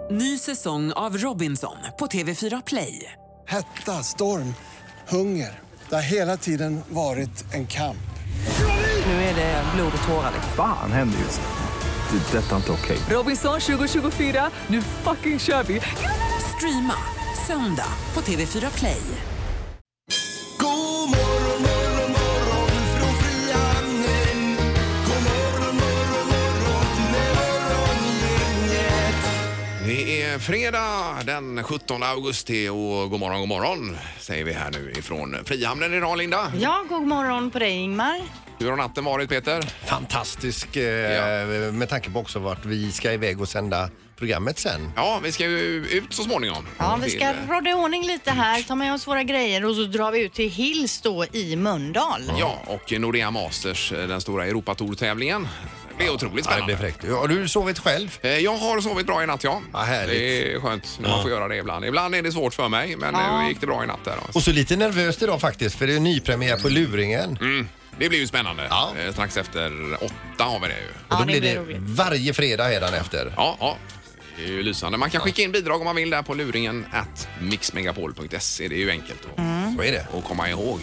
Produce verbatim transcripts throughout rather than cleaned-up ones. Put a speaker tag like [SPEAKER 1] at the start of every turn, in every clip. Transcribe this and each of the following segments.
[SPEAKER 1] Ny säsong av Robinson på T V fyra Play.
[SPEAKER 2] Hetta, storm, hunger. Det har hela tiden varit en kamp.
[SPEAKER 1] Nu är det blod och tårar.
[SPEAKER 3] Fan händer just det. Det är detta inte okej.
[SPEAKER 1] Robinson tjugo tjugofyra, nu fucking kör vi. Streama söndag på T V fyra Play.
[SPEAKER 4] God morgon, morgon, morgon från Frihamnen. God morgon, morgon, morgon med morgongänget.
[SPEAKER 5] Det är fredag den sjuttonde augusti och god morgon, god morgon säger vi här nu ifrån Frihamnen idag, Linda.
[SPEAKER 6] Ja, god morgon på dig, Ingmar.
[SPEAKER 5] Hur har natten varit, Peter?
[SPEAKER 7] Fantastisk eh,
[SPEAKER 5] Ja.
[SPEAKER 7] med tanke på också vart vi ska iväg och sända programmet sen.
[SPEAKER 5] Ja, vi ska ju ut så småningom.
[SPEAKER 6] Ja, vi ska
[SPEAKER 5] Till-
[SPEAKER 6] råda i ordning lite här, ta med oss våra grejer och så drar vi ut till Hills då i Mölndal.
[SPEAKER 5] Ja, och Nordea Masters, den stora Europatour-tävlingen. Det är otroligt
[SPEAKER 7] Ja, det
[SPEAKER 5] spännande.
[SPEAKER 7] blir fräckt. Har du sovit själv?
[SPEAKER 5] Eh, Jag har sovit bra i natt, ja.
[SPEAKER 7] Ja, härligt.
[SPEAKER 5] Det är skönt när man
[SPEAKER 7] Ja.
[SPEAKER 5] får göra det ibland. Ibland är det svårt för mig, men
[SPEAKER 6] Ja.
[SPEAKER 5] nu gick det bra i natt där. Alltså.
[SPEAKER 7] Och så lite nervöst idag faktiskt, för det är nypremiär på Luringen.
[SPEAKER 5] Mm, det blir ju spännande.
[SPEAKER 7] Ja.
[SPEAKER 5] Eh, Strax efter åtta har vi det ju.
[SPEAKER 6] Ja,
[SPEAKER 7] Och då
[SPEAKER 6] det
[SPEAKER 7] blir
[SPEAKER 6] blir
[SPEAKER 7] det
[SPEAKER 6] roligt.
[SPEAKER 7] varje fredag redan efter.
[SPEAKER 5] Ja, ja. Det är ju lysande. Man kan skicka in bidrag om man vill där på luringen at mixmegapol punkt se. Det är ju enkelt att,
[SPEAKER 6] Mm.
[SPEAKER 7] Så är det.
[SPEAKER 5] att komma ihåg.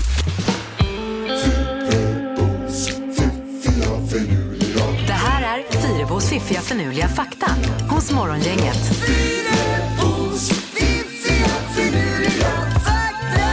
[SPEAKER 8] Det här är Fyrebos fiffiga förnuliga fakta hos Morgongänget.
[SPEAKER 4] Fyrebos fiffiga finurliga fakta.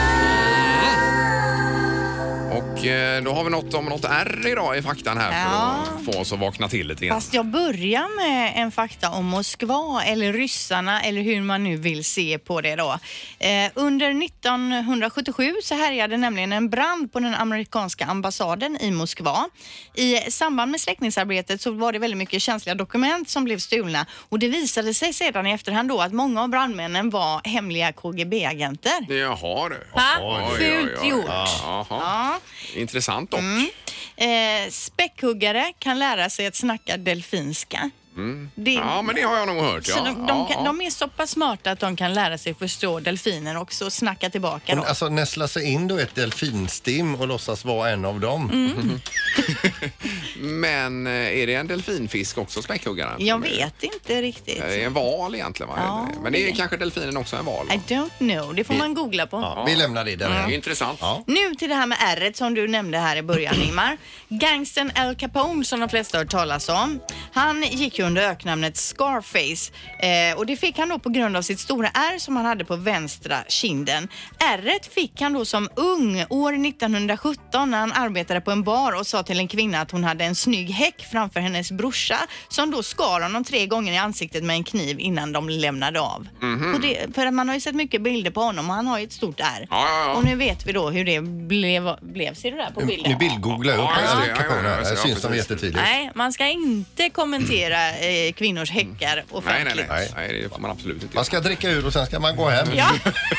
[SPEAKER 5] Och eh, då har vi något om något R idag i faktan här
[SPEAKER 6] Ja.
[SPEAKER 5] för att få oss att vakna till lite grann.
[SPEAKER 6] Fast jag börjar med en fakta om Moskva eller ryssarna eller hur man nu vill se på det då. Eh, under nittonhundrasjuttiosju så härjade nämligen en brand på den amerikanska ambassaden i Moskva. I samband med släckningsarbetet så var det väldigt mycket känsliga dokument som blev stulna och det visade sig sedan i efterhand då att många av brandmännen var hemliga K G B-agenter.
[SPEAKER 5] Jaha du.
[SPEAKER 6] Va?
[SPEAKER 5] Oj, oj, oj.
[SPEAKER 6] Fult gjort.
[SPEAKER 5] Jaha.
[SPEAKER 6] Ja.
[SPEAKER 5] Intressant dock.
[SPEAKER 6] Eh, späckhuggare kan lära sig att snacka delfinska. Det,
[SPEAKER 5] Ja, men det har jag nog hört.
[SPEAKER 6] så
[SPEAKER 5] Ja.
[SPEAKER 6] de, de,
[SPEAKER 5] ja,
[SPEAKER 6] kan,
[SPEAKER 5] ja.
[SPEAKER 6] de är så pass smarta att de kan lära sig förstå delfiner också och snacka tillbaka då.
[SPEAKER 7] Men alltså näsla sig in då ett delfinstim och låtsas vara en av dem.
[SPEAKER 6] Mm.
[SPEAKER 5] Men eh, är det en delfinfisk också, späckhuggaren?
[SPEAKER 6] Jag vet inte riktigt.
[SPEAKER 5] Det är en val egentligen, va?
[SPEAKER 6] Ja,
[SPEAKER 5] Men det är
[SPEAKER 6] det är det.
[SPEAKER 5] kanske delfinen också en val? Va?
[SPEAKER 6] I don't know, det får man googla på.
[SPEAKER 7] Ja, vi lämnar det där.
[SPEAKER 5] Det är
[SPEAKER 7] här.
[SPEAKER 5] intressant.
[SPEAKER 7] Ja.
[SPEAKER 6] Nu till det här med ärret som du nämnde här i början, Ingmar. Gangsten Al Capone som de flesta har hört talas om. Han gick ju under öknamnet Scarface eh, och det fick han då på grund av sitt stora ärr som han hade på vänstra kinden. Ärret fick han då som ung år nittonhundrasjutton när han arbetade på en bar och sa till en kvinna att hon hade en snygg häck framför hennes brorsa som då skar honom tre gånger i ansiktet med en kniv innan de lämnade av. Och det, för att man har ju sett mycket bilder på honom och han har ju ett stort ärr.
[SPEAKER 5] Ja, ja, ja.
[SPEAKER 6] Och nu vet vi då hur det blev. blev. Ser du där på bilden?
[SPEAKER 7] Nu bildgooglar jag upp
[SPEAKER 5] Ja, ja,
[SPEAKER 7] Al
[SPEAKER 5] ja,
[SPEAKER 7] Capone
[SPEAKER 5] ja,
[SPEAKER 7] här.
[SPEAKER 5] ja,
[SPEAKER 7] Det
[SPEAKER 5] ja,
[SPEAKER 7] syns de
[SPEAKER 5] precis.
[SPEAKER 7] jättetydligt.
[SPEAKER 6] Nej, man ska inte kommentera eh, kvinnors häckar
[SPEAKER 5] Nej, nej,
[SPEAKER 6] offentligt.
[SPEAKER 5] nej. Nej, det får man absolut inte
[SPEAKER 7] Man ska dricka ur och sen ska man gå hem.
[SPEAKER 6] Ja,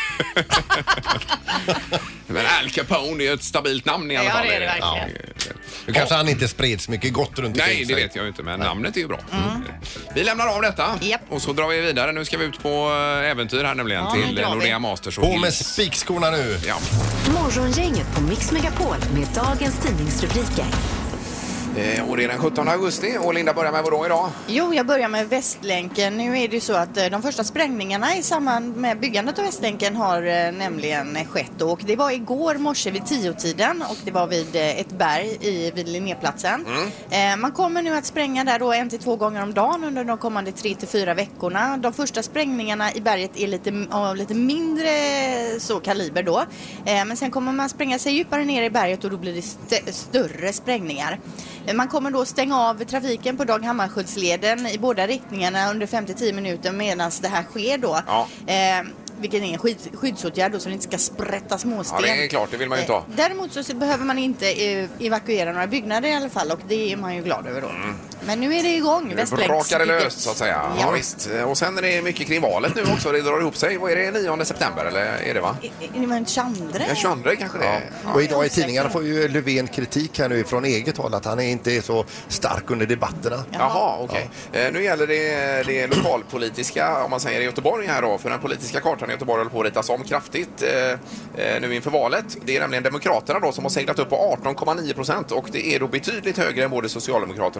[SPEAKER 5] Men Al Capone är ett stabilt namn i alla
[SPEAKER 6] Ja,
[SPEAKER 5] fall.
[SPEAKER 6] det är det verkligen.
[SPEAKER 5] Ja.
[SPEAKER 7] Nu kanske han inte spreds mycket gott runt
[SPEAKER 5] Nej,
[SPEAKER 7] omkring
[SPEAKER 5] det
[SPEAKER 7] sig.
[SPEAKER 5] vet jag ju inte, men namnet är ju bra. Vi lämnar av detta
[SPEAKER 6] Japp.
[SPEAKER 5] och så drar vi vidare. Nu ska vi ut på eh, äventyr här nämligen
[SPEAKER 6] Ja, nu
[SPEAKER 5] till
[SPEAKER 6] drar
[SPEAKER 5] eh,
[SPEAKER 6] vi.
[SPEAKER 5] Nordea Masters och
[SPEAKER 7] På med
[SPEAKER 5] Hills.
[SPEAKER 7] spikskorna nu.
[SPEAKER 5] Ja.
[SPEAKER 8] Morgongänget på Mix Megapol med dagens tidningsrubriker.
[SPEAKER 5] Eh, Och det är den sjuttonde augusti och Linda börjar med vad då idag?
[SPEAKER 6] jo, jag börjar med Västlänken. Nu är det ju så att eh, de första sprängningarna i samband med byggandet av Västlänken har eh, nämligen skett. Och det var igår morse vid tiotiden och det var vid eh, ett berg i, vid Linnéplatsen. Eh, man kommer nu att spränga där då en till två gånger om dagen under de kommande tre till fyra veckorna. De första sprängningarna i berget är lite, av lite mindre så kaliber då. Eh, men sen kommer man spränga sig djupare ner i berget och då blir det st- större sprängningar. Man kommer då stänga av trafiken på Dag Hammarskjöldsleden i båda riktningarna under fem till tio minuter medan det här sker då.
[SPEAKER 5] Ja.
[SPEAKER 6] Eh, vilket är en skyd, skyddsåtgärd då, så det inte ska sprätta småsten.
[SPEAKER 5] Ja, det är klart, det vill man ju inte ha.
[SPEAKER 6] Eh, däremot så behöver man inte eh, evakuera några byggnader i alla fall och det är man ju glad över då. Men nu är det igång.
[SPEAKER 5] Nu
[SPEAKER 6] Västlänks-
[SPEAKER 5] brakar det löst så att säga. Ja.
[SPEAKER 6] Ja.
[SPEAKER 5] Visst. Och sen är det mycket kring valet nu också. Det drar ihop sig. Vad är det, nionde september eller är det va?
[SPEAKER 6] Är det den tjugondre?
[SPEAKER 5] Ja, tjugoandra kanske det är. Ja.
[SPEAKER 7] Och idag i tidningarna får ju Löfven kritik här nu från eget håll att han inte är så stark under debatterna.
[SPEAKER 5] Jaha, okej. Eh, nu gäller det det lokalpolitiska, om man säger i Göteborg här då, för den politiska kartan i Göteborg håller på att ritas om kraftigt eh, eh, nu inför valet. Det är nämligen Demokraterna då som har seglat upp på arton komma nio procent och det är då betydligt högre än både Socialdemokraterna och Moderaterna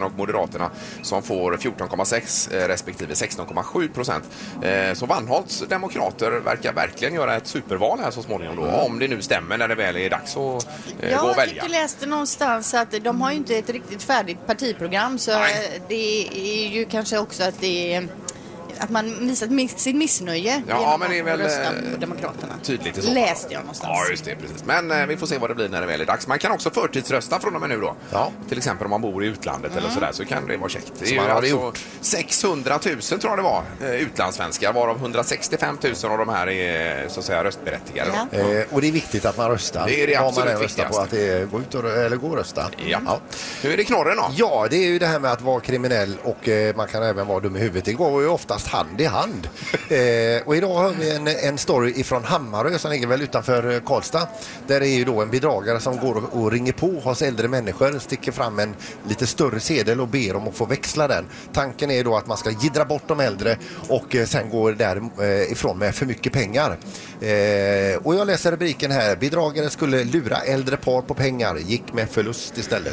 [SPEAKER 5] Socialdemokraterna som får fjorton komma sex respektive sexton komma sju procent. Så Vanholts demokrater verkar verkligen göra ett superval här så småningom då, om det nu stämmer när det väl är dags att gå och välja.
[SPEAKER 6] Jag läste någonstans att de har ju inte ett riktigt färdigt partiprogram, så Nej. det är ju kanske också att det är att man visat miss, sitt missnöje
[SPEAKER 5] ja,
[SPEAKER 6] genom
[SPEAKER 5] men det är väl
[SPEAKER 6] att rösta på Demokraterna.
[SPEAKER 5] Tydligt i så fall.
[SPEAKER 6] Läste jag någonstans.
[SPEAKER 5] Ja, just det, precis. Men eh, vi får se vad det blir när det väl är dags. Man kan också förtidsrösta från och med nu då.
[SPEAKER 7] Ja.
[SPEAKER 5] Till exempel om man bor i utlandet mm. eller sådär, så kan det vara käckt. Det är ju
[SPEAKER 7] alltså
[SPEAKER 5] gjort. sexhundratusen tror jag det var, eh, utlandssvenskar, varav hundrasextiofemtusen av de här är så att säga röstberättigade.
[SPEAKER 6] Ja.
[SPEAKER 7] Eh, och det är viktigt att man röstar.
[SPEAKER 5] Det är det absolut
[SPEAKER 7] man röstar på att det går ut och, eller går och rösta.
[SPEAKER 5] Ja. ja. Nu är det knorren då.
[SPEAKER 7] Ja, det är ju det här med att vara kriminell och eh, man kan även vara dum i huvudet. Det går ju oftast hand i hand. Eh, och idag har vi en, en story ifrån Hammarö som ligger väl utanför Karlstad. Där är ju då en bedragare som går och, och ringer på hos äldre människor, sticker fram en lite större sedel och ber om att få växla den. Tanken är då att man ska gidra bort de äldre och eh, sen går därifrån med för mycket pengar. Eh, och jag läser rubriken här. Bedragare skulle lura äldre par på pengar, gick med förlust istället.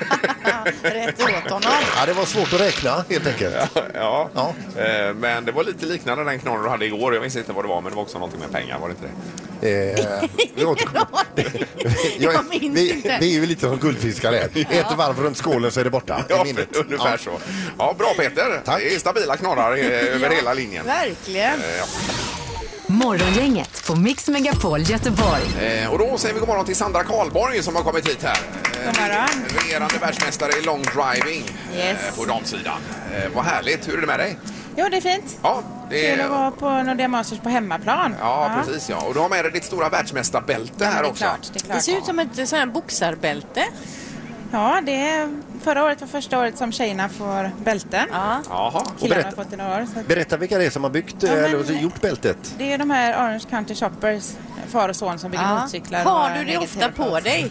[SPEAKER 6] Rätt åt honom.
[SPEAKER 7] Ja, det var svårt att räkna helt enkelt.
[SPEAKER 5] Ja, ja.
[SPEAKER 7] ja.
[SPEAKER 5] Eh, men det var lite liknande den knorren du hade igår. Jag visste inte vad det var, men det var också någonting med pengar, var det inte det?
[SPEAKER 7] Eh, vi, jag,
[SPEAKER 6] jag minns
[SPEAKER 7] vi,
[SPEAKER 6] inte.
[SPEAKER 7] vi är ju lite som guldfiskar här. Ja. Ett varv runt skålen så är det borta.
[SPEAKER 5] Ja, ungefär ja. så. Ja, bra Peter.
[SPEAKER 7] Tack.
[SPEAKER 5] Det är stabila knorrar över
[SPEAKER 6] ja,
[SPEAKER 5] hela linjen.
[SPEAKER 6] Verkligen.
[SPEAKER 5] Eh, ja.
[SPEAKER 8] Morgongänget på Mix Megapol Göteborg.
[SPEAKER 5] Eh, och då säger vi god morgon till Sandra Karlborg som har kommit hit här.
[SPEAKER 6] God morgon.
[SPEAKER 5] Eh, regerande världsmästare i long driving
[SPEAKER 6] yes.
[SPEAKER 5] eh, på damsidan. Eh, vad härligt. Hur är det med dig?
[SPEAKER 9] Jo, det är fint.
[SPEAKER 5] Ja, det är...
[SPEAKER 9] Kul att vara på Nordea Masters på hemmaplan.
[SPEAKER 5] Ja, ja, precis. Ja. Och du har med dig ditt stora världsmästarbälte här
[SPEAKER 9] det
[SPEAKER 5] också.
[SPEAKER 9] Klart, det, är klart.
[SPEAKER 6] Det ser ut som ett sånt här boxarbälte.
[SPEAKER 9] Ja, det är förra året var första året som tjejerna får bälten.
[SPEAKER 6] Ja.
[SPEAKER 5] Jaha.
[SPEAKER 9] Killarna har fått det några år. Så...
[SPEAKER 7] Berätta vilka det är som har byggt
[SPEAKER 9] ja, men,
[SPEAKER 7] eller gjort bältet.
[SPEAKER 9] Det är de här Orange County Shoppers, far och son som bygger
[SPEAKER 6] ja.
[SPEAKER 9] motorcyklar.
[SPEAKER 6] Har du det ofta på dig?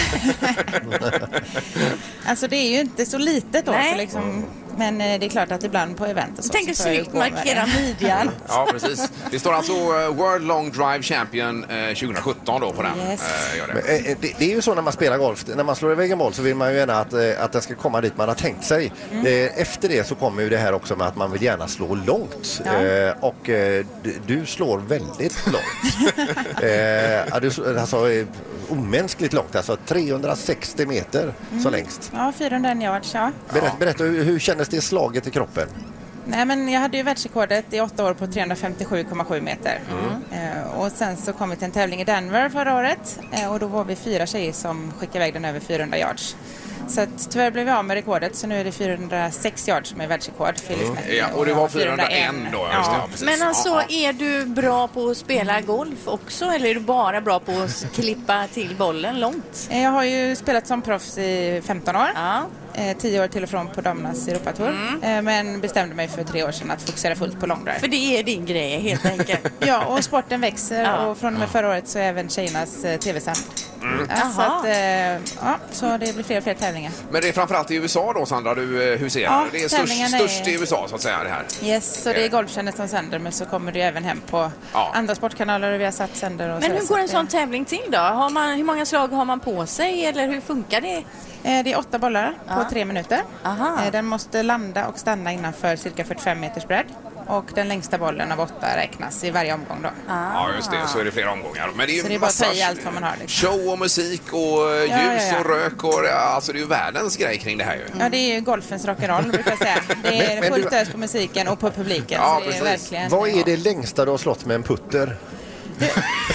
[SPEAKER 9] Alltså det är ju inte så litet då. Så liksom, men det är klart att ibland på event och så.
[SPEAKER 6] Tänker
[SPEAKER 9] så
[SPEAKER 6] snyggt markera midjan.
[SPEAKER 5] Ja, precis. Det står alltså uh, World Long Drive Champion uh, tjugosjutton då på den.
[SPEAKER 9] Yes.
[SPEAKER 5] Uh, gör det.
[SPEAKER 7] Men, eh, det, det är ju så när man spelar golf. När man slår iväg en boll så vill man ju gärna att, eh, att den ska komma dit man har tänkt sig. Mm. Eh, efter det så kommer ju det här också med att man vill gärna slå långt.
[SPEAKER 9] Ja.
[SPEAKER 7] Eh, och eh, du, du slår väldigt långt. eh, du, alltså eh, omänskligt långt. Alltså trehundrasextio meter mm. så längst.
[SPEAKER 9] Ja, fyrahundraen yards, ja.
[SPEAKER 7] Berätta, berätta hur, hur kändes det slaget i kroppen?
[SPEAKER 9] Nej, men jag hade ju världsrekordet i åtta år på trehundrafemtiosju komma sju meter. Mm. Eh, och sen så kom vi till en tävling i Denver förra året. Eh, och då var vi fyra tjejer som skickade iväg den över fyrahundra yards. Så att, tyvärr blev vi av med rekordet, så nu är det fyrahundrasex yards som är världsrekord.
[SPEAKER 5] Mm. Ja, och det var fyrahundraen då.
[SPEAKER 9] Ja.
[SPEAKER 5] Ja, precis.
[SPEAKER 6] Men alltså,
[SPEAKER 5] ja, ja.
[SPEAKER 6] är du bra på att spela golf också? Eller är du bara bra på att klippa till bollen långt?
[SPEAKER 9] Jag har ju spelat som proffs i femton år.
[SPEAKER 6] Ja.
[SPEAKER 9] Eh, tio år till och från på damernas Europatour. Mm. Eh, men bestämde mig för tre år sedan att fokusera fullt på longdrive.
[SPEAKER 6] För det är din grej helt enkelt.
[SPEAKER 9] Ja, och sporten växer
[SPEAKER 6] ja.
[SPEAKER 9] och från och med förra året så är även tjejernas eh, tv-sänd.
[SPEAKER 5] Mm.
[SPEAKER 9] Ja, så, att, eh, ja, så det blir fler och fler tävlingar.
[SPEAKER 5] Men det är framförallt i U S A då, Sandra, du eh, huserar.
[SPEAKER 9] Ja,
[SPEAKER 5] det är störst,
[SPEAKER 9] är...
[SPEAKER 5] störst i U S A så att säga det här.
[SPEAKER 9] Yes, så det är Golfchannel som sänder, men så kommer det även hem på ja. andra sportkanaler och vi har satt sänder. Och
[SPEAKER 6] men
[SPEAKER 9] så
[SPEAKER 6] hur går en
[SPEAKER 9] det...
[SPEAKER 6] sån tävling till då? Har man, hur många slag har man på sig eller hur funkar det?
[SPEAKER 9] Eh, det är åtta bollar ja. på tre minuter.
[SPEAKER 6] Eh,
[SPEAKER 9] den måste landa och stanna innanför cirka fyrtiofem meters bredd. Och den längsta bollen av åtta räknas i varje omgång då.
[SPEAKER 5] Ah. Ja, just det. Så är det flera omgångar. Men det är ju
[SPEAKER 9] så det är bara att ta i allt vad man har. Liksom.
[SPEAKER 5] Show och musik och ljus ja, ja, ja. och rök. Och, alltså det är ju världens grej kring det här ju. Mm.
[SPEAKER 9] Ja, det är ju golfens rock'n'roll brukar jag säga. Det är men, fullt ös på musiken och på publiken.
[SPEAKER 5] Ja,
[SPEAKER 9] så det är verkligen...
[SPEAKER 7] Vad är det längsta du har slått med en putter?
[SPEAKER 9] Det,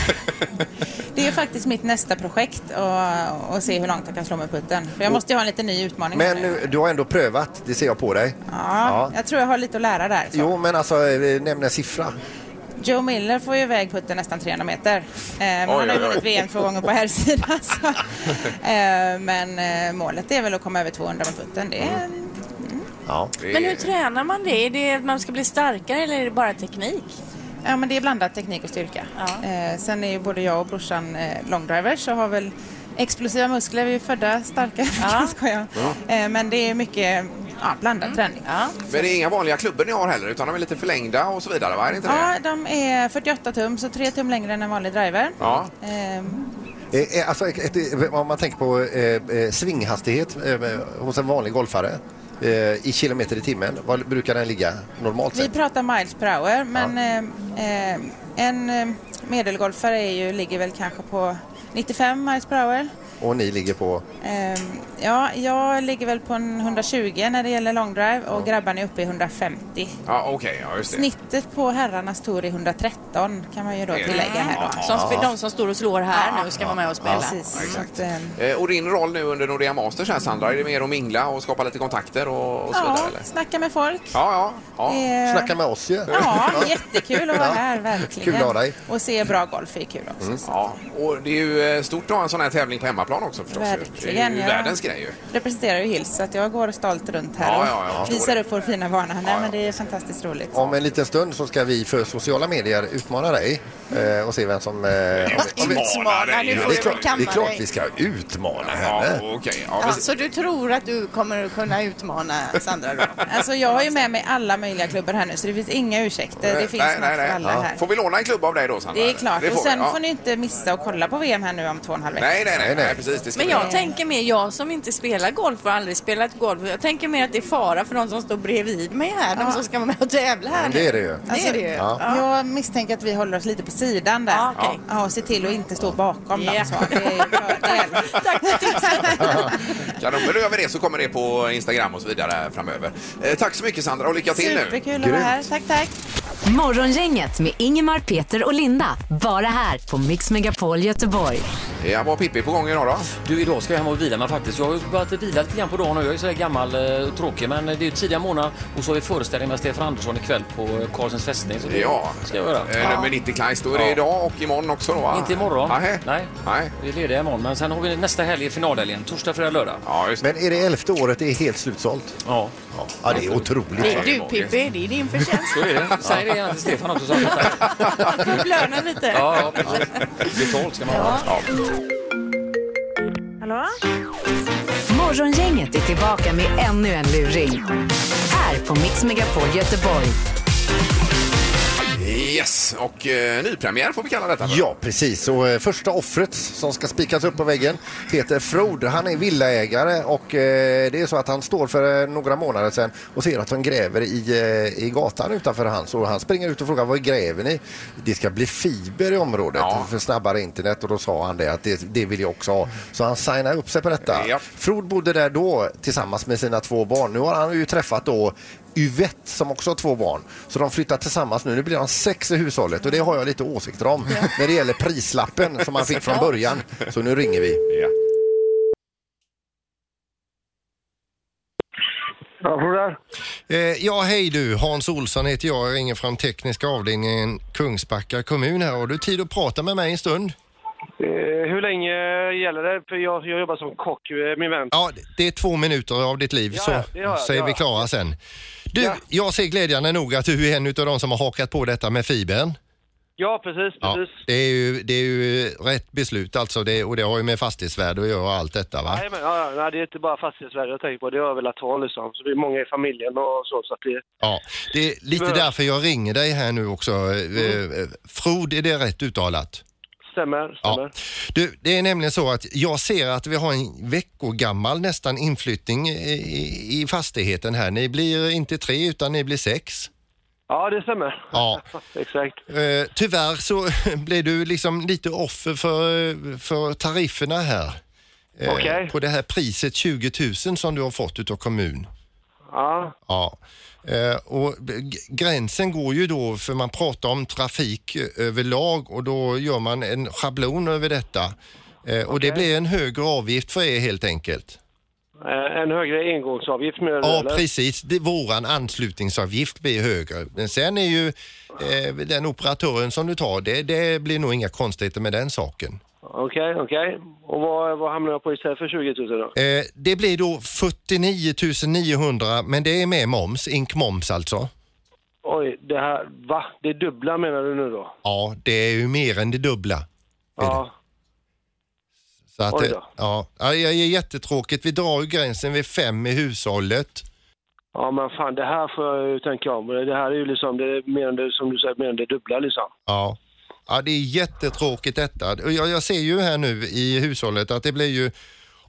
[SPEAKER 9] det är faktiskt mitt nästa projekt och, och se hur långt jag kan slå med putten. För jag måste ju ha en lite ny utmaning.
[SPEAKER 7] Men nu, du har ändå prövat, det ser jag på dig.
[SPEAKER 9] Ja, ja. jag tror jag har lite att lära där. Så.
[SPEAKER 7] Jo, men alltså, nämn en siffra.
[SPEAKER 9] Joe Miller får ju iväg putten nästan trehundra meter. Eh, men oj, han har ju vunnit V M två gånger på här sidan. eh, men eh, målet är väl att komma över tvåhundra med putten. Det är... Mm.
[SPEAKER 7] Ja.
[SPEAKER 6] Men hur tränar man det? Är det att man ska bli starkare eller är det bara teknik?
[SPEAKER 9] Ja, men det är blandat teknik och styrka. Ja. Eh, sen är ju både jag och brorsan eh, longdrivers och har väl explosiva muskler. Vi är födda starka, ja. ska jag. Ja. Eh, men det är mycket ja, blandad mm. träning. Ja.
[SPEAKER 5] Men det är inga vanliga klubbor ni har heller, utan de är lite förlängda och så vidare, va? Är det inte
[SPEAKER 9] ja,
[SPEAKER 5] det?
[SPEAKER 9] de är fyrtioåtta tum, så tre tum längre än en vanlig driver.
[SPEAKER 5] Ja.
[SPEAKER 9] Eh,
[SPEAKER 7] eh, alltså, ett, om man tänker på eh, svinghastighet eh, hos en vanlig golfare. eh, i kilometer i timmen. Vad brukar den ligga normalt
[SPEAKER 9] Vi
[SPEAKER 7] sett?
[SPEAKER 9] pratar miles per hour, men eh, eh, en eh, medelgolfare är ju, ligger väl kanske på nittiofem miles per hour.
[SPEAKER 7] Och ni ligger på?
[SPEAKER 9] Eh, ja, jag ligger väl på en hundratjugo när det gäller long drive och grabbarna är uppe i hundrafemtio.
[SPEAKER 5] Ja, okej, okay, ja, just det.
[SPEAKER 9] Snittet på herrarnas tour är hundratretton kan man ju då tillägga här då.
[SPEAKER 6] Som spe- de som står och slår här nu ska vara med och spela.
[SPEAKER 9] Precis.
[SPEAKER 5] Ja, exakt.
[SPEAKER 9] Att,
[SPEAKER 5] Eh, och din roll nu under Nordea Masters här, Sandra, är det mer att mingla och skapa lite kontakter och, och så vidare?
[SPEAKER 9] ja,
[SPEAKER 5] Eller?
[SPEAKER 9] snacka med folk.
[SPEAKER 5] Ja, ja. ja.
[SPEAKER 9] Eh,
[SPEAKER 7] Snacka med oss ju.
[SPEAKER 9] Ja, jättekul att vara här, verkligen.
[SPEAKER 7] Kul att ha dig.
[SPEAKER 9] Och se bra golf är kul också.
[SPEAKER 7] Mm.
[SPEAKER 5] Ja, och det är ju eh, stort att ha en sån här tävling på hemmaplan också förstås.
[SPEAKER 9] Verkligen,
[SPEAKER 5] det är ju
[SPEAKER 9] ja.
[SPEAKER 5] världens grej ju.
[SPEAKER 9] Representerar ju Hills så att jag går stolt runt här
[SPEAKER 5] Ja,
[SPEAKER 9] och
[SPEAKER 5] ja, jag förstår
[SPEAKER 9] visar
[SPEAKER 5] det.
[SPEAKER 9] upp vår fina bana. Nej,
[SPEAKER 5] Ja, ja.
[SPEAKER 9] men det är fantastiskt roligt.
[SPEAKER 7] Om en liten stund så ska vi för sociala medier utmana dig eh, och se vem som... Eh, om vi, om vi,
[SPEAKER 6] Utmana, nu
[SPEAKER 7] det,
[SPEAKER 6] får
[SPEAKER 7] är
[SPEAKER 6] du
[SPEAKER 7] klart,
[SPEAKER 6] kamma
[SPEAKER 7] det är klart
[SPEAKER 6] dig.
[SPEAKER 7] vi ska utmana
[SPEAKER 5] Ja,
[SPEAKER 7] henne.
[SPEAKER 5] okej. Ja,
[SPEAKER 6] Ja,
[SPEAKER 5] precis.
[SPEAKER 6] så du tror att du kommer att kunna utmana Sandra då?
[SPEAKER 9] Alltså jag har ju med mig alla möjliga klubbar här nu så det finns inga ursäkter. Det finns
[SPEAKER 5] nej,
[SPEAKER 9] något
[SPEAKER 5] nej, nej.
[SPEAKER 9] för alla här.
[SPEAKER 5] Får vi låna en klubb av dig då, Sandra?
[SPEAKER 9] Det är klart.
[SPEAKER 5] Det får
[SPEAKER 9] och sen
[SPEAKER 5] vi, ja.
[SPEAKER 9] får ni inte missa att kolla på V M här nu om två och en halv vecka.
[SPEAKER 5] Nej, nej, nej,
[SPEAKER 7] Nej, nej.
[SPEAKER 5] nej, precis. Det ska
[SPEAKER 10] Men
[SPEAKER 5] vi
[SPEAKER 10] jag
[SPEAKER 5] göra.
[SPEAKER 10] tänker mer, jag som inte spelar golf och aldrig spelat golf. Jag tänker mer att det är fara för de som står bredvid mig här. De som ska vara med och tävla här
[SPEAKER 7] Det är det ju.
[SPEAKER 6] Det är det ju.
[SPEAKER 7] Ja.
[SPEAKER 9] Jag misstänker att vi håller oss lite på sidan där.
[SPEAKER 10] Ja, okej.
[SPEAKER 9] Ja, och se till att inte stå bakom
[SPEAKER 10] Ja.
[SPEAKER 9] dem. Så. Det är ju fördel.
[SPEAKER 10] Tack för tipset.
[SPEAKER 5] Kan de behöver det så kommer det på Instagram och så vidare framöver. Eh, tack så mycket Sandra och lycka till nu.
[SPEAKER 9] Superkul att vara här. Tack, tack.
[SPEAKER 8] Morgongänget med Ingemar, Peter och Linda. Bara här på Mix Megapol Göteborg.
[SPEAKER 5] Ja, var Pippi på gång idag då?
[SPEAKER 11] Du, idag ska jag hem och vila mig faktiskt. Jag har ju börjat vila lite grann på dagen och jag är så här gammal och eh, tråkig. Men det är ju tidiga månader och så har vi föreställning med Stefan Andersson ikväll på Karlsens fästning. Så det
[SPEAKER 5] Ja,
[SPEAKER 11] ska jag göra.
[SPEAKER 5] Eh, nummer nittio Kleist, då är det
[SPEAKER 11] Ja.
[SPEAKER 5] idag och imorgon också då va?
[SPEAKER 11] Inte imorgon.
[SPEAKER 5] Nej.
[SPEAKER 11] Nej.
[SPEAKER 5] Nej.
[SPEAKER 11] Vi är lediga imorgon. Men sen har vi nästa helg i finalhelgen. Torsdag, fredag, lördag.
[SPEAKER 5] Ja, just
[SPEAKER 7] Men är det elfte året det är helt slutsålt?
[SPEAKER 11] Ja.
[SPEAKER 7] Ja, det är otroligt.
[SPEAKER 6] Det är du Pippi, det är din förtjänst.
[SPEAKER 11] Så är det. Säg det gärna till Stefan också. Så att
[SPEAKER 10] Du blönar lite.
[SPEAKER 11] ja, ja, precis. Betalt ska man ha. Ja.
[SPEAKER 8] Hallå? Morgongänget är tillbaka med ännu en luring. Här på Mix Megapol Göteborg.
[SPEAKER 5] Yes, och eh, nypremiär får vi kalla detta för.
[SPEAKER 7] Ja, precis. Och eh, första offret som ska spikas upp på väggen heter Frode. Han är villaägare och eh, det är så att han står för eh, några månader sedan och ser att de gräver i, eh, i gatan utanför hans. Och han springer ut och frågar, vad gräver ni? Det ska bli fiber i området
[SPEAKER 5] Ja.
[SPEAKER 7] för snabbare internet, och då sa han det att det, det vill jag också ha. Så han signade upp sig på detta.
[SPEAKER 5] Ja.
[SPEAKER 7] Frode bodde där då tillsammans med sina två barn. Nu har han ju träffat då Yvette som också har två barn. Så de flyttar tillsammans nu. Nu blir han sex i hushållet och det har jag lite åsikter om när det gäller prislappen som han fick från början. Så nu ringer vi.
[SPEAKER 5] Ja.
[SPEAKER 12] Ja, Frode.
[SPEAKER 7] Eh, ja, hej du. Hans Olsson heter jag. Jag ringer från tekniska avdelningen Kungsbacka kommun här. Har du tid att prata med mig en stund?
[SPEAKER 12] Eh, hur länge gäller det? För jag, jag jobbar som kock, eh, min vän.
[SPEAKER 7] Ja, det är två minuter av ditt liv,
[SPEAKER 12] Ja,
[SPEAKER 7] så
[SPEAKER 12] det gör jag,
[SPEAKER 7] så är
[SPEAKER 12] det
[SPEAKER 7] vi
[SPEAKER 12] gör
[SPEAKER 7] klara sen. Du,
[SPEAKER 12] Ja.
[SPEAKER 7] jag ser glädjande nog att du är en av de som har hakat på detta med fibern.
[SPEAKER 12] Ja, precis,
[SPEAKER 7] Ja,
[SPEAKER 12] precis.
[SPEAKER 7] det är ju, det är ju rätt beslut alltså, det, och det har ju med fastighetsvärde att göra och allt detta, va?
[SPEAKER 12] Nej, men, ja, ja, nej, det är inte bara fastighetsvärde jag tänker på. Det har jag velat ha liksom. Så det är många i familjen och så. Så att det...
[SPEAKER 7] Ja, det är lite
[SPEAKER 12] Men-
[SPEAKER 7] därför jag ringer dig här nu också. Mm. Frod, är det rätt uttalat?
[SPEAKER 12] Stämmer,
[SPEAKER 7] Ja.
[SPEAKER 12] stämmer.
[SPEAKER 7] Du, det är nämligen så att jag ser att vi har en veckogammal nästan inflyttning i, i, i fastigheten här. Ni blir inte tre utan ni blir sex.
[SPEAKER 12] Ja, det stämmer.
[SPEAKER 7] Ja.
[SPEAKER 12] Exakt.
[SPEAKER 7] Eh, tyvärr så blir du liksom lite offer för, för tarifferna här. Eh,
[SPEAKER 12] Okej.
[SPEAKER 7] På det här priset tjugo tusen som du har fått utav kommun.
[SPEAKER 12] Ja,
[SPEAKER 7] Ja. Eh, och g- gränsen går ju då, för man pratar om trafik eh, överlag, och då gör man en schablon över detta. Eh, och det blir en högre avgift för er helt enkelt.
[SPEAKER 12] eh, en högre engångsavgift med
[SPEAKER 7] Ja,
[SPEAKER 12] eller?
[SPEAKER 7] precis. Det, våran anslutningsavgift blir högre. Men sen är ju eh, den operatören som du tar, det, det blir nog inga konstigheter med den saken.
[SPEAKER 12] Okej, okej. Och vad, vad hamnar jag på istället för tjugo tusen då?
[SPEAKER 7] Eh, det blir då fyrtionio tusen niohundra, men det är med moms, ink moms alltså.
[SPEAKER 12] Oj, det här, va? Det är dubbla menar du nu då?
[SPEAKER 7] Ja, det är ju mer än det dubbla.
[SPEAKER 12] Ja.
[SPEAKER 7] Så att,
[SPEAKER 12] Oj
[SPEAKER 7] det,
[SPEAKER 12] då.
[SPEAKER 7] ja, ja, det är jättetråkigt. Vi drar ju gränsen vid fem i hushållet.
[SPEAKER 12] Ja, men fan, det här får jag ju tänka om. Det här är ju liksom, det är mer än det, som du säger, mer än det dubbla liksom.
[SPEAKER 7] Ja. Ja, det är jättetråkigt detta. Och Jag, jag ser ju här nu i hushållet att det blir ju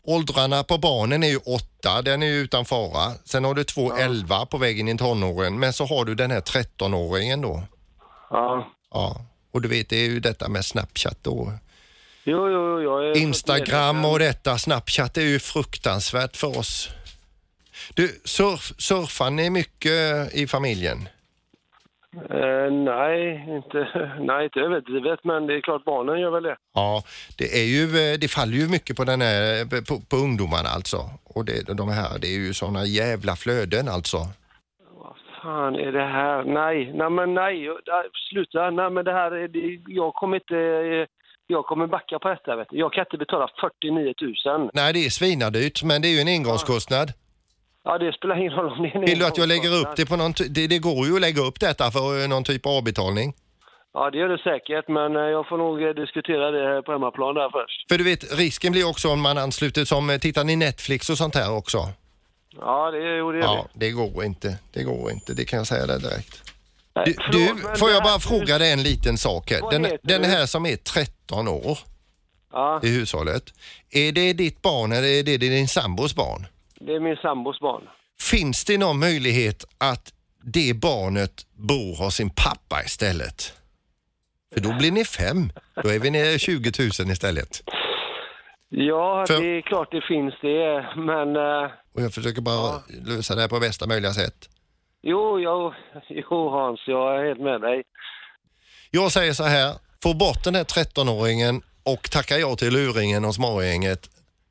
[SPEAKER 7] åldrarna på barnen är ju åtta, den är ju utan fara. Sen har du två ja. elva på vägen in tonåren, men så har du den här trettonåringen då.
[SPEAKER 12] Ja.
[SPEAKER 7] Ja, och du vet det är ju detta med Snapchat då.
[SPEAKER 12] Jo, jo, jo. Jag är
[SPEAKER 7] Instagram och detta, Snapchat är ju fruktansvärt för oss. Du, surf, surfar ni mycket i familjen?
[SPEAKER 12] Uh, nej, inte, nej, inte överdrivet, men det är klart barnen gör väl det.
[SPEAKER 7] Ja, det är ju, det faller ju mycket på den här, på, på ungdomarna alltså. Och det, de här, det är ju såna jävla flöden alltså.
[SPEAKER 12] Vad fan är det här? Nej, nej men nej, sluta, nej men det här är, det, jag kommer inte, jag kommer backa på detta, vet du. Jag kan inte betala fyrtionio tusen.
[SPEAKER 7] Nej, det är svinadyrt, men det är ju en engångskostnad.
[SPEAKER 12] Ja, det spelar ingen roll om det är en
[SPEAKER 7] Vill du att jag lägger upp det på någon... Det, det går ju att lägga upp detta för någon typ av avbetalning.
[SPEAKER 12] Ja, det gör det säkert, men jag får nog diskutera det på hemmaplan där först.
[SPEAKER 7] För du vet, risken blir också om man ansluter som... Tittar ni Netflix och sånt här också?
[SPEAKER 12] Ja, det, jo, det gör
[SPEAKER 7] Ja, det går inte. Det går inte, det kan jag säga det direkt. Nej, du, förlåt, du får jag bara här... fråga dig en liten sak här. Den, den här som är tretton år
[SPEAKER 12] ja.
[SPEAKER 7] i hushållet. Är det ditt barn eller är det din sambos barn?
[SPEAKER 12] Det är min sambos barn.
[SPEAKER 7] Finns det någon möjlighet att det barnet bor hos sin pappa istället? För då blir ni fem. Då är vi nere tjugo tusen istället.
[SPEAKER 12] Ja,
[SPEAKER 7] För...
[SPEAKER 12] det är klart det finns det, men... Uh...
[SPEAKER 7] Och jag försöker bara ja. lösa det här på bästa möjliga sätt.
[SPEAKER 12] Jo, jo, jo Hans, jag är helt med dig.
[SPEAKER 7] Jag säger så här, få bort den här trettonåringen och tacka ja till luringen hos Morgongänget.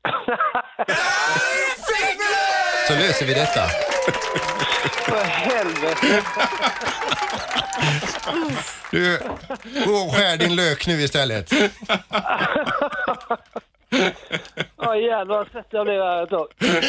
[SPEAKER 7] Så löser vi detta.
[SPEAKER 12] För helvete.
[SPEAKER 7] Du, gå och skär din lök nu istället.
[SPEAKER 12] Ja, jävlar, sätt jag blev här ett tag.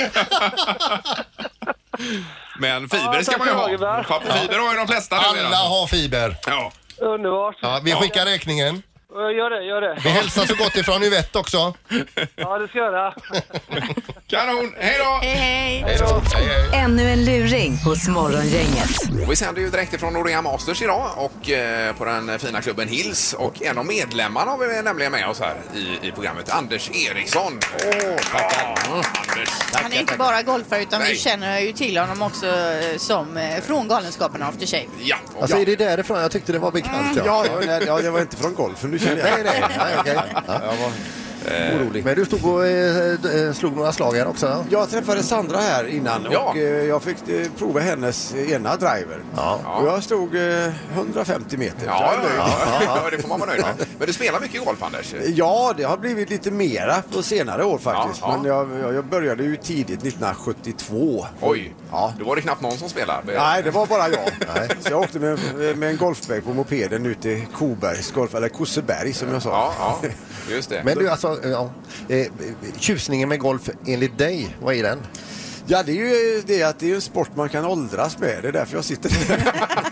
[SPEAKER 5] Men fiber ska man ju ha. Fiber har ju de flesta.
[SPEAKER 7] Alla har fiber.
[SPEAKER 5] Ja.
[SPEAKER 12] Underbart.
[SPEAKER 7] Ja, vi skickar räkningen.
[SPEAKER 12] Gör det, gör det.
[SPEAKER 7] Vi hälsar så gott ifrån Yvette också.
[SPEAKER 12] Ja, det ska jag göra.
[SPEAKER 5] Kanon, hej då!
[SPEAKER 6] Hej, hej.
[SPEAKER 5] Hej då. Hej, hej.
[SPEAKER 8] Ännu en luring hos Morgongänget.
[SPEAKER 5] Och vi sänder ju direkt ifrån Nordea Masters idag och eh, på den fina klubben Hills. Och en av medlemmarna har vi nämligen med oss här i, i programmet, Anders Eriksson.
[SPEAKER 7] Åh, oh, tackar.
[SPEAKER 5] Ja, Anders.
[SPEAKER 6] Han är inte bara golfare utan Nej. vi känner ju till honom också eh, som eh, från Galenskaparna After Shave.
[SPEAKER 5] Ja.
[SPEAKER 7] Alltså är det därifrån? Jag tyckte det var bekant.
[SPEAKER 13] Mm. Ja, ja, ja, det var inte från golfen, nu känner jag.
[SPEAKER 7] Nej, nej, nej, okej. Okay. Ja.
[SPEAKER 13] Jag var orolig.
[SPEAKER 7] Men du stod och eh, slog några slag här också? Ja?
[SPEAKER 13] Jag träffade Sandra här innan
[SPEAKER 5] ja.
[SPEAKER 13] och eh, jag fick eh, prova hennes ena driver.
[SPEAKER 7] Ja.
[SPEAKER 13] Och jag stod eh, hundrafemtio meter.
[SPEAKER 5] Ja, ja, ja, ja. ja, det får man vara nöjd med. Men du spelar mycket golf, Anders?
[SPEAKER 13] Ja, det har blivit lite mera på senare år faktiskt.
[SPEAKER 5] Ja, ja.
[SPEAKER 13] Men jag, jag började ju tidigt nittonhundrasjuttiotvå.
[SPEAKER 5] Oj,
[SPEAKER 13] ja.
[SPEAKER 5] Då var det knappt någon som spelade.
[SPEAKER 13] Nej, det var bara jag. Nej. Så jag åkte med, med en golfbag på mopeden ut till Kobergs golf, eller Kosseberg som jag sa.
[SPEAKER 5] Ja, ja, just det.
[SPEAKER 7] Men du, alltså, ja, eh, tjusningen med golf enligt dig, vad är den?
[SPEAKER 13] Ja, det är ju det att det är en sport man kan åldras med. Det är därför jag sitter där.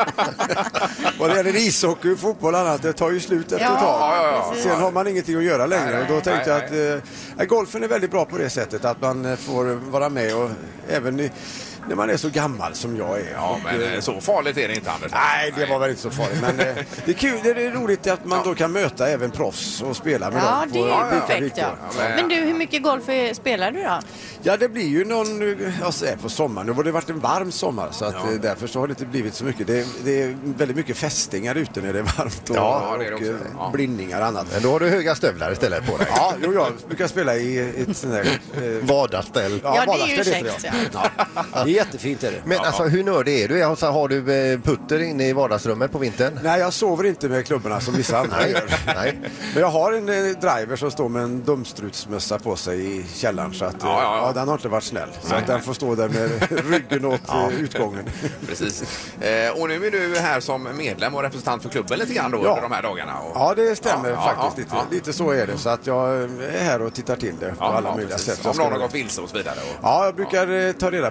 [SPEAKER 13] Vad det gäller ishockey, fotboll och annat, det tar ju slut efter
[SPEAKER 6] ja,
[SPEAKER 13] ett tag.
[SPEAKER 5] Ja, ja,
[SPEAKER 13] Sen har man ingenting att göra längre.
[SPEAKER 5] Nej, nej,
[SPEAKER 13] och då tänkte
[SPEAKER 5] nej,
[SPEAKER 13] jag att eh, golfen är väldigt bra på det sättet att man får vara med och även i, när man är så gammal som jag är.
[SPEAKER 5] Ja, men så farligt är det inte, Anders.
[SPEAKER 13] Nej, det var väl inte så farligt. Men eh, det är kul, det är roligt att man ja. då kan möta även proffs och spela med
[SPEAKER 6] ja,
[SPEAKER 13] dem.
[SPEAKER 6] Ja, det är perfekt. Ja.
[SPEAKER 5] men,
[SPEAKER 6] men du, hur mycket golf spelar du då?
[SPEAKER 13] Ja, det blir ju någon, alltså på sommaren. Nu har det varit en varm sommar så att
[SPEAKER 5] ja.
[SPEAKER 13] därför så har det inte blivit så mycket. Det, det är väldigt mycket fästingar ute när det är varmt och,
[SPEAKER 5] ja, det är
[SPEAKER 13] och
[SPEAKER 5] ja.
[SPEAKER 13] blindningar och annat.
[SPEAKER 7] Men då har du höga stövlar istället på dig.
[SPEAKER 13] Ja, jo, jag brukar spela i ett sånt där... Eh,
[SPEAKER 7] Vardagsställ.
[SPEAKER 6] Ja, ja, det är ju käckt.
[SPEAKER 13] Ja. Ja. Det är jättefint är det.
[SPEAKER 7] Men alltså, hur nördig är du? Alltså, har du putter inne i vardagsrummet på vintern?
[SPEAKER 13] Nej, jag sover inte med klubborna som vissa andra gör.
[SPEAKER 7] Nej.
[SPEAKER 13] Men jag har en eh, driver som står med en dumstrutsmössa på sig i källaren så att ja, ja, ja. Ja, den har inte varit snäll. Så att den får stå där med ryggen åt ja. utgången.
[SPEAKER 5] Precis. Eh, och nu är du här som medlem och representant för klubben lite grann då ja. under de här dagarna. Och...
[SPEAKER 13] Ja, det stämmer
[SPEAKER 5] ja,
[SPEAKER 13] faktiskt.
[SPEAKER 5] Ja,
[SPEAKER 13] lite,
[SPEAKER 5] ja.
[SPEAKER 13] lite så är det. Så att jag är här och tittar till det på
[SPEAKER 5] ja,
[SPEAKER 13] alla
[SPEAKER 5] ja,
[SPEAKER 13] möjliga
[SPEAKER 5] precis.
[SPEAKER 13] sätt.
[SPEAKER 5] Om någon har gått vilse och så vidare. Och...
[SPEAKER 13] Ja, jag brukar ja. ta reda på. Jag vet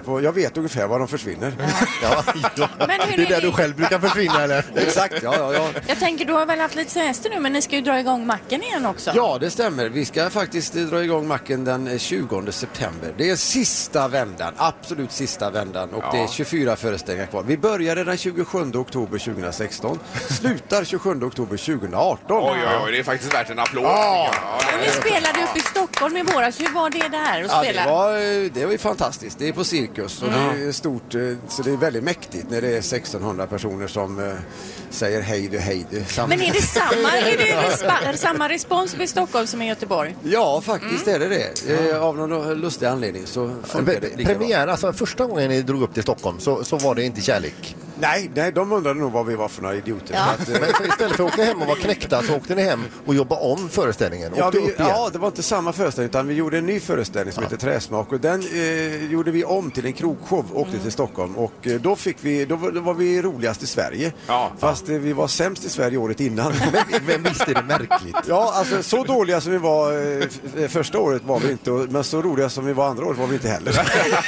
[SPEAKER 13] vet ungefär var de försvinner.
[SPEAKER 7] Ja, ja.
[SPEAKER 10] Men hur
[SPEAKER 7] det är
[SPEAKER 10] är
[SPEAKER 7] där
[SPEAKER 10] det?
[SPEAKER 7] du själv brukar försvinna, eller?
[SPEAKER 13] Exakt, ja, ja, ja.
[SPEAKER 10] Jag tänker, du har väl haft lite semester nu, men ni ska ju dra igång macken igen också.
[SPEAKER 13] Ja, det stämmer. Vi ska faktiskt dra igång macken den tjugonde september. Det är sista vändan, absolut sista vändan. Och
[SPEAKER 5] Ja.
[SPEAKER 13] det är tjugofyra föreställningar kvar. Vi började den tjugosjunde oktober tjugohundrasexton. Slutar tjugosjunde oktober tjugohundraarton.
[SPEAKER 5] Oj, oj, oj, det är faktiskt värt en applåd.
[SPEAKER 13] Ja.
[SPEAKER 5] Ja, det
[SPEAKER 10] Och ni spelade upp i Stockholm i våras. Hur var det där att
[SPEAKER 13] Ja,
[SPEAKER 10] spela?
[SPEAKER 13] det, var, det var ju fantastiskt. Det är på Cirkus och det är stort, eh, så det är väldigt mäktigt när det är sextonhundra personer som eh, säger hej du, hej du. Sam-
[SPEAKER 10] Men är det samma, är det respa- samma respons i Stockholm som i Göteborg?
[SPEAKER 13] Ja, faktiskt är det det. Eh, av någon lustig anledning så funkar det lika bra.
[SPEAKER 7] Premiär, alltså första gången ni drog upp till Stockholm så, så var det inte kärlek.
[SPEAKER 13] Nej, nej, de undrade nog vad vi var för några idioter.
[SPEAKER 10] Ja.
[SPEAKER 13] Så att, eh,
[SPEAKER 7] Men så istället för att åka hem och vara knäckta så åkte ni hem och jobbade om föreställningen.
[SPEAKER 13] Ja,
[SPEAKER 7] Åkte
[SPEAKER 13] vi,
[SPEAKER 7] upp igen.
[SPEAKER 13] ja, det var inte samma föreställning utan vi gjorde en ny föreställning som heter Träsmak och den eh, gjorde vi om till en krogshow och åkte till Stockholm och eh, då fick vi, då var, då var vi roligast i Sverige.
[SPEAKER 5] Ja.
[SPEAKER 13] Fast eh, vi var sämst i Sverige året innan.
[SPEAKER 7] Men vem visste det märkligt?
[SPEAKER 13] Ja, alltså så dåliga som vi var eh, f- första året var vi inte, och- men så roliga som vi var andra året var vi inte heller.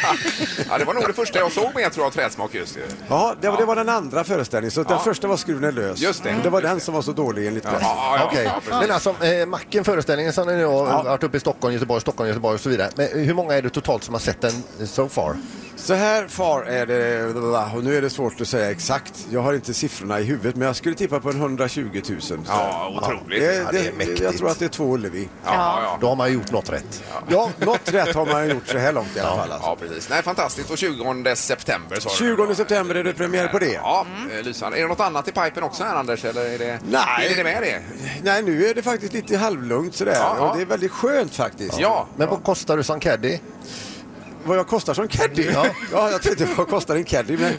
[SPEAKER 5] Ja, det var nog det första jag såg med, tror jag, Träsmak just.
[SPEAKER 13] Ja, det var, det var den andra föreställningen, så den första var Skruven är lös.
[SPEAKER 5] Just det.
[SPEAKER 13] Och det var den som var så dålig enligt press.
[SPEAKER 5] Ja, ja,
[SPEAKER 7] Okej,
[SPEAKER 5] ja, precis.
[SPEAKER 7] men alltså eh, Macken föreställningen som ni har varit uppe i Stockholm, Göteborg, Stockholm, Göteborg och så vidare. Men hur många är det totalt som har sett den so far?
[SPEAKER 13] Så här far är det, och nu är det svårt att säga exakt. Jag har inte siffrorna i huvudet, men jag skulle tippa på en hundratjugo tusen.
[SPEAKER 5] Ja, otroligt.
[SPEAKER 13] Det,
[SPEAKER 7] Ja, det är
[SPEAKER 13] det,
[SPEAKER 7] mäktigt.
[SPEAKER 13] jag tror att det är två Ullevi.
[SPEAKER 5] Ja, ja.
[SPEAKER 7] Då har man gjort något rätt.
[SPEAKER 13] Ja, något rätt har man gjort så här långt i alla fall. Alltså.
[SPEAKER 5] Ja, precis. Nej, fantastiskt. Och tjugonde september så
[SPEAKER 13] tjugonde september är det premiär på det.
[SPEAKER 5] Ja, mm. lysande. Är det något annat i pipen också här, Anders? Eller är det,
[SPEAKER 13] Nej.
[SPEAKER 5] är det med det?
[SPEAKER 13] Nej, nu är det faktiskt lite halvlugnt sådär.
[SPEAKER 5] Ja, ja.
[SPEAKER 13] Och det är väldigt skönt faktiskt.
[SPEAKER 5] Ja.
[SPEAKER 7] Men vad kostar du som caddy?
[SPEAKER 13] Vad jag kostar som caddy?
[SPEAKER 7] Ja.
[SPEAKER 13] Ja, jag tänkte vad kostar en caddy? Men...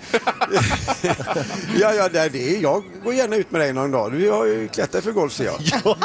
[SPEAKER 13] ja, ja, det är det. Jag går gärna ut med dig någon dag. Du har ju klättrat för golf, ser jag.
[SPEAKER 7] Ja.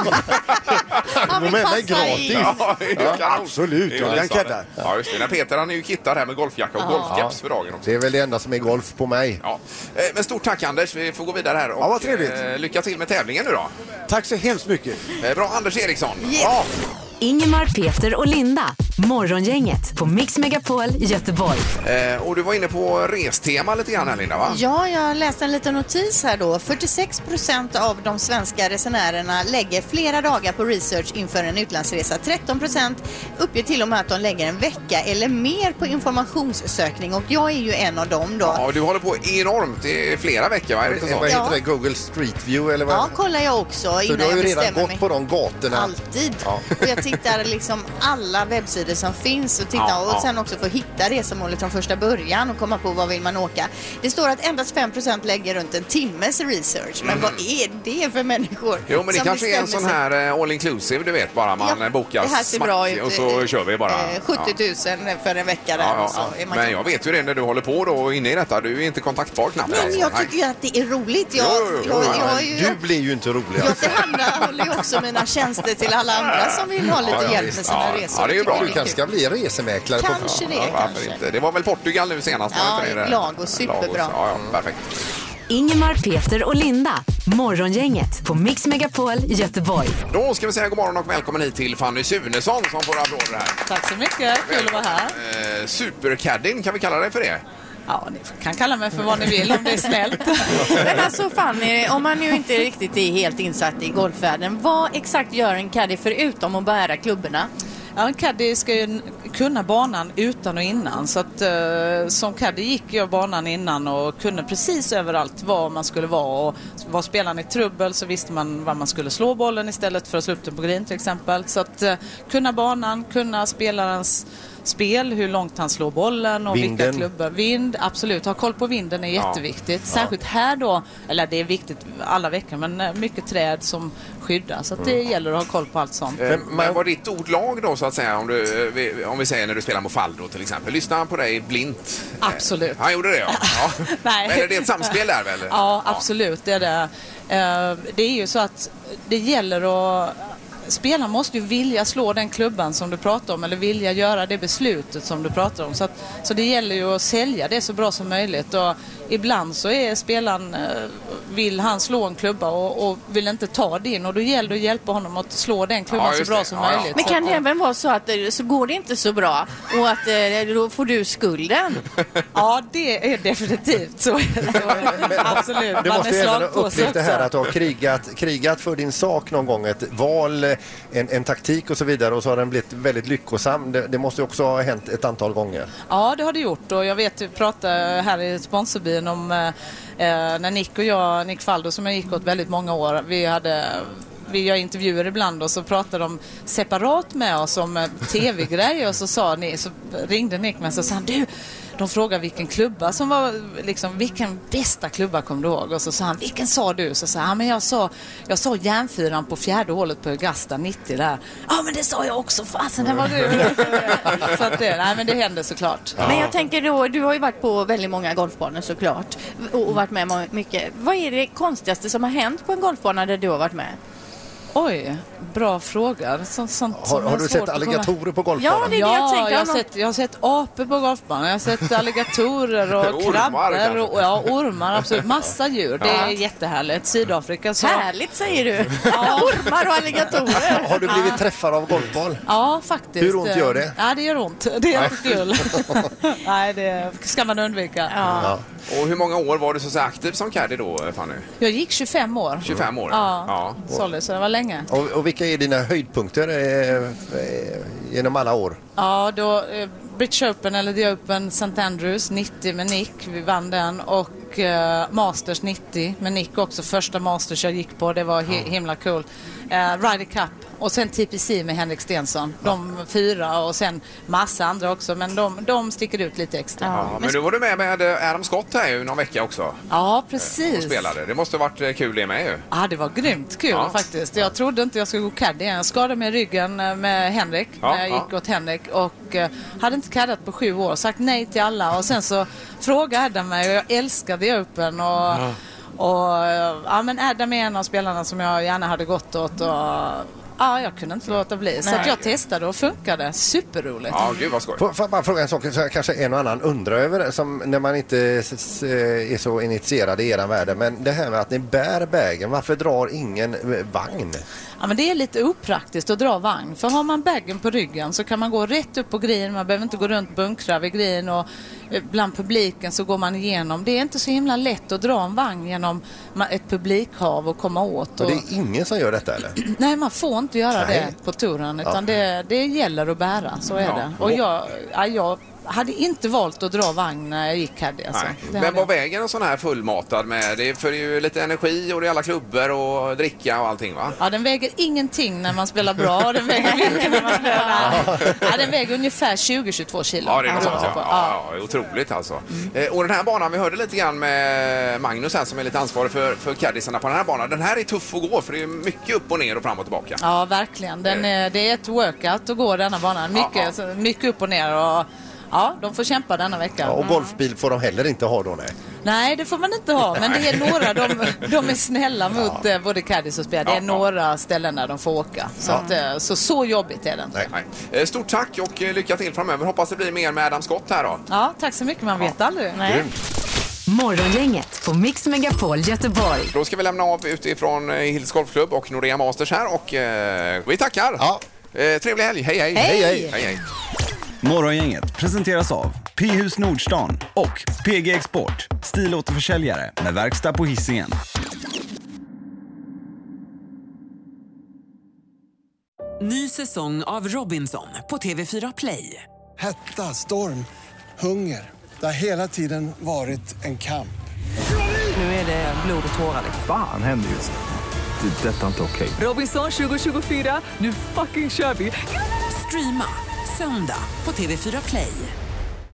[SPEAKER 7] Han går med mig gratis.
[SPEAKER 5] Ja, det är
[SPEAKER 13] Ja, absolut.
[SPEAKER 5] Det är
[SPEAKER 13] Jag kan
[SPEAKER 5] lysande.
[SPEAKER 13] kedda.
[SPEAKER 5] Ja, just det. När Peter, han är ju kittad här med golfjacka och golfkeps för dagen också.
[SPEAKER 7] Det är väl det enda som är golf på mig.
[SPEAKER 5] Ja. Eh, Men stort tack, Anders. Vi får gå vidare här. Och,
[SPEAKER 13] Ja, vad trevligt.
[SPEAKER 5] eh, lycka till med tävlingen nu då.
[SPEAKER 13] Tack så hemskt mycket.
[SPEAKER 5] Eh, Bra, Anders Eriksson.
[SPEAKER 13] Ja.
[SPEAKER 8] Ingemar, Peter och Linda. Morgongänget på Mix Megapol Göteborg.
[SPEAKER 5] Eh, Och du var inne på restema lite grann här, Linda, va?
[SPEAKER 6] Ja, jag läste en liten notis här då. fyrtiosex procent av de svenska resenärerna lägger flera dagar på research inför en utlandsresa. tretton procent uppger till och med att de lägger en vecka eller mer på informationssökning. Och jag är ju en av dem då.
[SPEAKER 5] Ja, du håller på enormt i flera veckor, va? Är det inte så?
[SPEAKER 7] Vad heter
[SPEAKER 6] Ja.
[SPEAKER 7] det? Google Street View eller vad?
[SPEAKER 6] Ja, kollar jag också
[SPEAKER 7] Så
[SPEAKER 6] innan
[SPEAKER 7] du har ju
[SPEAKER 6] jag
[SPEAKER 7] redan
[SPEAKER 6] bestämmer
[SPEAKER 7] gått
[SPEAKER 6] mig.
[SPEAKER 7] på de gatorna.
[SPEAKER 6] Alltid.
[SPEAKER 7] Ja.
[SPEAKER 6] Och jag tittar liksom alla webbsidor som finns och tittar
[SPEAKER 5] Ja,
[SPEAKER 6] och
[SPEAKER 5] ja.
[SPEAKER 6] sen också få hitta resemålet från första början och komma på vad vill man åka. Det står att endast fem procent lägger runt en timmes research. Men vad är det för människor?
[SPEAKER 5] Jo, men det
[SPEAKER 6] som
[SPEAKER 5] kanske är en
[SPEAKER 6] bestämmer
[SPEAKER 5] sån
[SPEAKER 6] sig-
[SPEAKER 5] här eh, all inclusive, du vet, bara man
[SPEAKER 6] Ja,
[SPEAKER 5] eh, bokar
[SPEAKER 6] det här ser
[SPEAKER 5] smack
[SPEAKER 6] bra ut.
[SPEAKER 5] och så kör vi bara.
[SPEAKER 6] Eh, sjuttio tusen för en vecka där.
[SPEAKER 5] Ja, ja,
[SPEAKER 6] och så
[SPEAKER 5] ja.
[SPEAKER 6] är man
[SPEAKER 5] Men
[SPEAKER 6] klar.
[SPEAKER 5] jag vet ju det när du håller på då och inne i detta. Du är inte kontaktbar knappt.
[SPEAKER 6] Men
[SPEAKER 5] alltså.
[SPEAKER 6] jag
[SPEAKER 5] Nej.
[SPEAKER 6] tycker ju att det är roligt. Jag,
[SPEAKER 5] Jo, jo, jo,
[SPEAKER 6] jag,
[SPEAKER 5] jo,
[SPEAKER 6] jag,
[SPEAKER 5] men
[SPEAKER 6] jag,
[SPEAKER 7] Du blir ju inte rolig.
[SPEAKER 6] jag
[SPEAKER 7] Alltså.
[SPEAKER 6] tillhandahåller ju också mina tjänster till alla andra som vill ha lite
[SPEAKER 5] Ja, ja,
[SPEAKER 6] hjälp
[SPEAKER 5] visst.
[SPEAKER 6] med sina
[SPEAKER 5] Ja,
[SPEAKER 6] resor.
[SPEAKER 5] ja, det är ju bra.
[SPEAKER 6] Jag
[SPEAKER 7] Du
[SPEAKER 6] tycker
[SPEAKER 7] kanske ska bli resemäklare.
[SPEAKER 6] Kanske det,
[SPEAKER 5] Ja, varför
[SPEAKER 6] kanske.
[SPEAKER 5] inte? Det var väl Portugal nu senast? var
[SPEAKER 6] Ja,
[SPEAKER 5] inte det?
[SPEAKER 6] Lagos, superbra.
[SPEAKER 5] Lagos, Ja, ja, perfekt.
[SPEAKER 8] Ingemar, Peter och Linda. Morgongänget på Mix Megapol Göteborg.
[SPEAKER 5] Då ska vi säga god morgon och välkommen hit till Fanny Sunesson som får applåder här.
[SPEAKER 14] Tack så mycket, kul att vara här.
[SPEAKER 5] Eh, Supercaddin, kan vi kalla dig för det?
[SPEAKER 14] Ja, ni kan kalla mig för vad ni vill om det är snällt.
[SPEAKER 10] Men alltså Fanny, om man nu inte riktigt är helt insatt i golfvärlden, vad exakt gör en caddy förutom att bära klubborna?
[SPEAKER 14] Ja, en caddy ska ju kunna banan utan och innan. Så att, eh, som caddy gick jag banan innan och kunde precis överallt var man skulle vara. Och var spelaren i trubbel så visste man var man skulle slå bollen istället för att slå upp den på green till exempel. Så att eh, kunna banan, kunna spelarens spel, hur långt han slår bollen och
[SPEAKER 7] Vinden.
[SPEAKER 14] vilka klubbor. Vind, absolut. Ha koll på vinden är jätteviktigt. Särskilt här då, eller det är viktigt alla veckor, men eh, mycket träd som skyddar. Så att det gäller att ha koll på allt sånt.
[SPEAKER 5] Men, men var ditt ordlag då så att säga, om, du, eh, vi- om vi säger när du spelar Mofaldo till exempel, lyssnar han på dig blint?
[SPEAKER 14] Absolut.
[SPEAKER 5] Han gjorde det, ja. ja.
[SPEAKER 14] Nej.
[SPEAKER 5] Men är det ett samspel där väl?
[SPEAKER 14] Ja, absolut. Det är det. Eh, Det är ju så att det gäller att spelaren måste ju vilja slå den klubban som du pratar om eller vilja göra det beslutet som du pratar om. Så, att, så det gäller ju att sälja det så bra som möjligt. Och ibland så är spelaren, vill han slå en klubba och, och vill inte ta din, och då gäller det att hjälpa honom att slå den klubban ja, så bra det. som ja, möjligt.
[SPEAKER 6] Men kan det även vara så att så går det inte så bra och att då får du skulden?
[SPEAKER 14] Ja, det är definitivt så. Absolut.
[SPEAKER 7] Du måste ju även ha upplevt det här att du har krigat, krigat för din sak någon gång, ett val, en, en taktik och så vidare, och så har den blivit väldigt lyckosam. Det, det måste ju också ha hänt ett antal gånger.
[SPEAKER 14] Ja, det har det gjort, och jag vet, vi pratade här i sponsorbyn om eh, när Nick och jag, Nick Faldo som jag gick åt väldigt många år, vi hade vi gör intervjuer ibland och så pratade de separat med oss om tv-grejer och så sa ni, så ringde Nick med så sa han, du, de frågade vilken klubba som var liksom, vilken bästa klubba kom du ihåg, och så sa han, vilken sa du? Så sa han, men jag sa jag sa järnfyran på fjärde hålet på Augusta nittio där. Ja, men det sa jag också, fasen, det var du. Så att det, nej, men det hände såklart.
[SPEAKER 6] Ja. Men jag tänker då, du har ju varit på väldigt många golfbanor såklart och varit med mycket. Vad är det konstigaste som har hänt på en golfbana där du har varit med?
[SPEAKER 14] Oj, bra fråga. Så, sånt
[SPEAKER 7] har har du sett alligatorer på golfbanan?
[SPEAKER 6] Ja, det är det jag tänker.
[SPEAKER 14] Jag har, sett, jag har sett apor på golfbanan. Jag har sett alligatorer och krabbor och ja, ormar. Absolut, massa djur. Det är jättehärligt. Sydafrika. Så...
[SPEAKER 6] Härligt, säger du. Ja. Ormar och alligatorer.
[SPEAKER 7] Har du blivit träffad av golfboll?
[SPEAKER 14] Ja, faktiskt.
[SPEAKER 7] Hur ont gör det?
[SPEAKER 14] Ja, det gör ont. Det är inte kul. Nej, det ska man undvika. Ja.
[SPEAKER 5] Ja. Och hur många år var du så aktiv som caddy då, Fanny?
[SPEAKER 14] Jag gick tjugofem år.
[SPEAKER 5] tjugofem år?
[SPEAKER 14] Ja,
[SPEAKER 5] ja.
[SPEAKER 14] Således, så det var länge.
[SPEAKER 7] Och, och vilka är dina höjdpunkter eh, eh, genom alla år?
[SPEAKER 14] Ja, då eh, British Open eller The Open Saint Andrews nittio med Nick, vi vann den, och eh, Masters nittio med Nick också, första Masters jag gick på, det var hi- himla cool. Eh, Ryder Cup och sen T P C med Henrik Stenson, de fyra, och sen massa andra också, men de, de sticker ut lite extra.
[SPEAKER 5] Ja, men, men då var du med med Adam Scott här ju någon vecka också.
[SPEAKER 14] Ja, precis.
[SPEAKER 5] Och spelade. Det måste ha varit kul det med ju.
[SPEAKER 14] Ja, det var grymt kul ja. faktiskt. Jag trodde inte jag skulle gå caddy. Jag skadade mig i ryggen med Henrik ja, när jag gick ja. åt Henrik och uh, hade inte caddat på sju år. Sagt nej till alla, och sen så frågade Adam mig och jag älskade The Open och ja. Och ja, men Adam är en av spelarna som jag gärna hade gått åt, och ja, jag kunde inte låta bli. Så att jag testade och funkade. Superroligt.
[SPEAKER 5] Ja, gud vad skoj.
[SPEAKER 7] Får jag bara fråga en sak så kanske en och annan undrar över, som när man inte är så initierad i eran värld, men det här med att ni bär bagen, varför drar ingen vagn?
[SPEAKER 14] Ja, men det är lite opraktiskt att dra vagn. För har man bagen på ryggen så kan man gå rätt upp på green. Man behöver inte gå runt bunkra vid green, och bland publiken så går man igenom. Det är inte så himla lätt att dra en vagn genom ett publikhav och komma åt. Och...
[SPEAKER 7] och det är ingen som gör detta, eller?
[SPEAKER 14] Nej, man får inte göra Nej. det på touren, utan ja. det, det gäller att bära. Så är ja. det. Och jag... Ja, jag hade inte valt att dra vagn när jag gick caddy. Alltså.
[SPEAKER 5] Men var vägen en sån här fullmatad med? Det för ju lite energi och det är alla klubbor och dricka och allting, va?
[SPEAKER 14] Ja, den väger ingenting när man spelar bra. Den väger mycket när man spelar. Ja, den väger ungefär tjugo till tjugotvå kilo.
[SPEAKER 5] Ja, det är något sånt, ja. Ja, ja, otroligt alltså. Mm. Eh, och den här banan, vi hörde lite grann med Magnus här som är lite ansvarig för, för caddisarna på den här banan. Den här är tuff att gå för det är mycket upp och ner och fram och tillbaka.
[SPEAKER 14] Ja, verkligen. Den är, det är ett workout att gå denna banan. Mycket, ja, ja. mycket upp och ner, och ja, de får kämpa denna vecka.
[SPEAKER 7] Ja, och golfbil får de heller inte ha då, nej?
[SPEAKER 14] Nej, det får man inte ha. Men det är några, de, de är snälla mot ja. både caddies och spelare. Det är ja, några ja. ställen där de får åka. Så, ja. att, så, så jobbigt är det inte.
[SPEAKER 5] Nej, nej. Stort tack och lycka till framöver. Hoppas det blir mer med Adam Scott här då.
[SPEAKER 14] Ja, tack så mycket. Man vet ja. aldrig. Nej.
[SPEAKER 8] Morgongänget på Mix Megapol Göteborg.
[SPEAKER 5] Då ska vi lämna av utifrån Hills Golfklubb och Nordea Masters här. Och eh, vi tackar.
[SPEAKER 7] Ja.
[SPEAKER 5] Eh, trevlig helg. Hej, hej.
[SPEAKER 14] Hej, hej.
[SPEAKER 5] hej, hej.
[SPEAKER 15] Morgongänget presenteras av P-hus Nordstan och P G Export, stilåterförsäljare med verkstad på Hisingen.
[SPEAKER 1] Ny säsong av Robinson på T V fyra Play.
[SPEAKER 2] Hetta, storm, hunger. Det har hela tiden varit en kamp.
[SPEAKER 1] Nu är det blod och tårar.
[SPEAKER 3] Fan händer just det. Det är detta inte okej.
[SPEAKER 1] Robinson tjugo tjugofyra, nu fucking kör vi. Streama söndag på T V fyra Play.